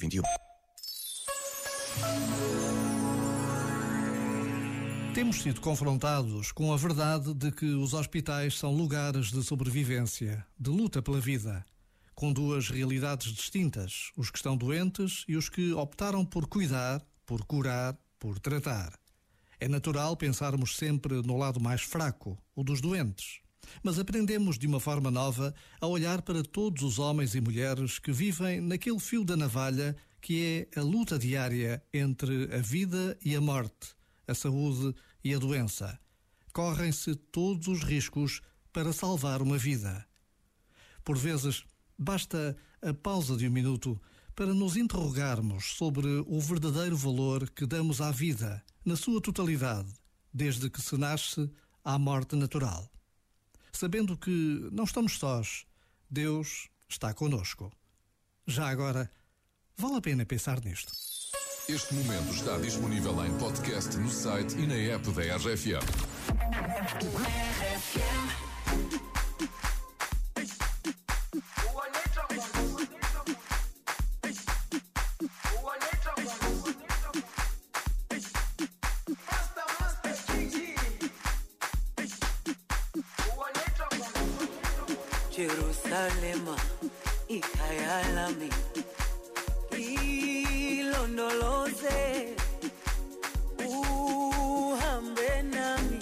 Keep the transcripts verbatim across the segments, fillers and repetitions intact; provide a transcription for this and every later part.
vinte e um. Temos sido confrontados com a verdade de que os hospitais são lugares de sobrevivência, de luta pela vida, com duas realidades distintas, os que estão doentes e os que optaram por cuidar, por curar, por tratar. É natural pensarmos sempre no lado mais fraco, o dos doentes. Mas aprendemos de uma forma nova a olhar para todos os homens e mulheres que vivem naquele fio da navalha que é a luta diária entre a vida e a morte, a saúde e a doença. Correm-se todos os riscos para salvar uma vida. Por vezes, basta a pausa de um minuto para nos interrogarmos sobre o verdadeiro valor que damos à vida, na sua totalidade, desde que se nasce à morte natural. Sabendo que não estamos sós, Deus está conosco. Já agora, vale a pena pensar nisto. Este momento está disponível em podcast no site e na app da R F M. Jerusalema, ikhaya lami, ilondoloze, uhambe nami,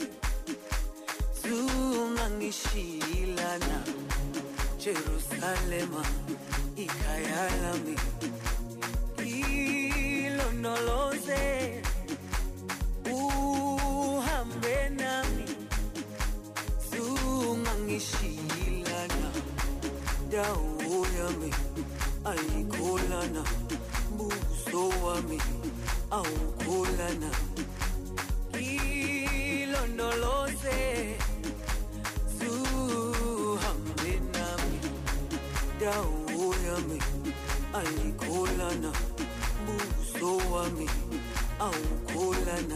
zungangishilana. Jerusalema, ikhaya lami, ilondoloze, uhambe nami, zungangishilana. Dawo yami ayikholana, buso wami awukholana. Ilondoloze, zuhambe nami. Dawo yami ayikholana, buso wami awukholana.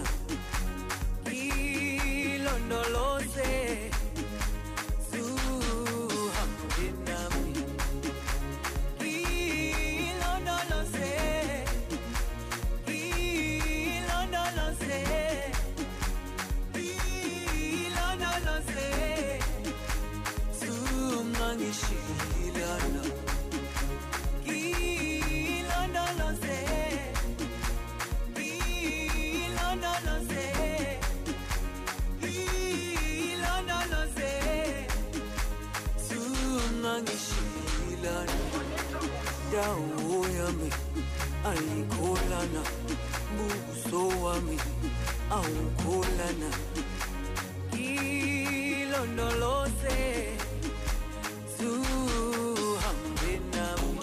Ilondoloze, ngishilana, ilondoloze, ilondoloze, ilondoloze, zungangishilana. Dawo yami ayikholana, buso wami awukholana. Ilondoloze, zuhambe nami.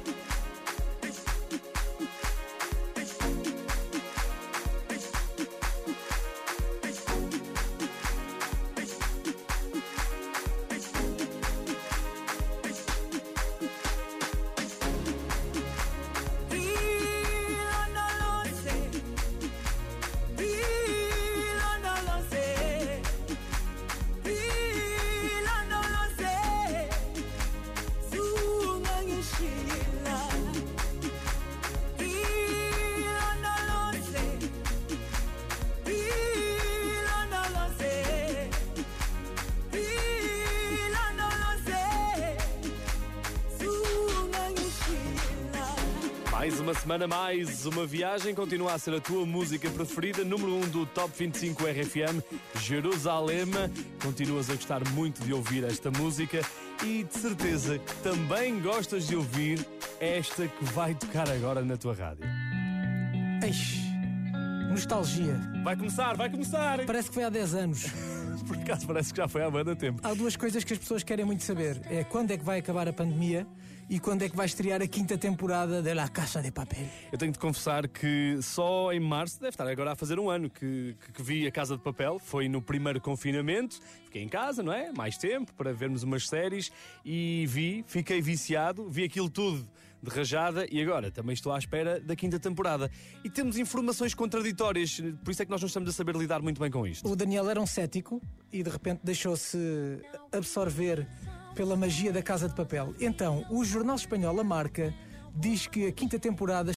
Mais uma semana, mais uma viagem. Continua a ser a tua música preferida, número um do Top vinte e cinco R F M, Jerusalema. Continuas a gostar muito de ouvir esta música e de certeza que também gostas de ouvir esta que vai tocar agora na tua rádio. Eish, nostalgia. Vai começar, vai começar! Parece que foi há dez anos. Por acaso parece que já foi há bastante tempo. Há duas coisas que as pessoas querem muito saber. É quando é que vai acabar a pandemia e quando é que vai estrear a quinta temporada de La Casa de Papel. Eu tenho de confessar que só em março, deve estar agora a fazer um ano que, que, que vi a Casa de Papel. Foi no primeiro confinamento, fiquei em casa, não é? Mais tempo para vermos umas séries e vi, fiquei viciado, vi aquilo tudo de rajada e agora também estou à espera da quinta temporada. E temos informações contraditórias, por isso é que nós não estamos a saber lidar muito bem com isto. O Daniel era um cético e de repente deixou-se absorver pela magia da Casa de Papel. Então, o jornal espanhol A Marca diz que a quinta temporada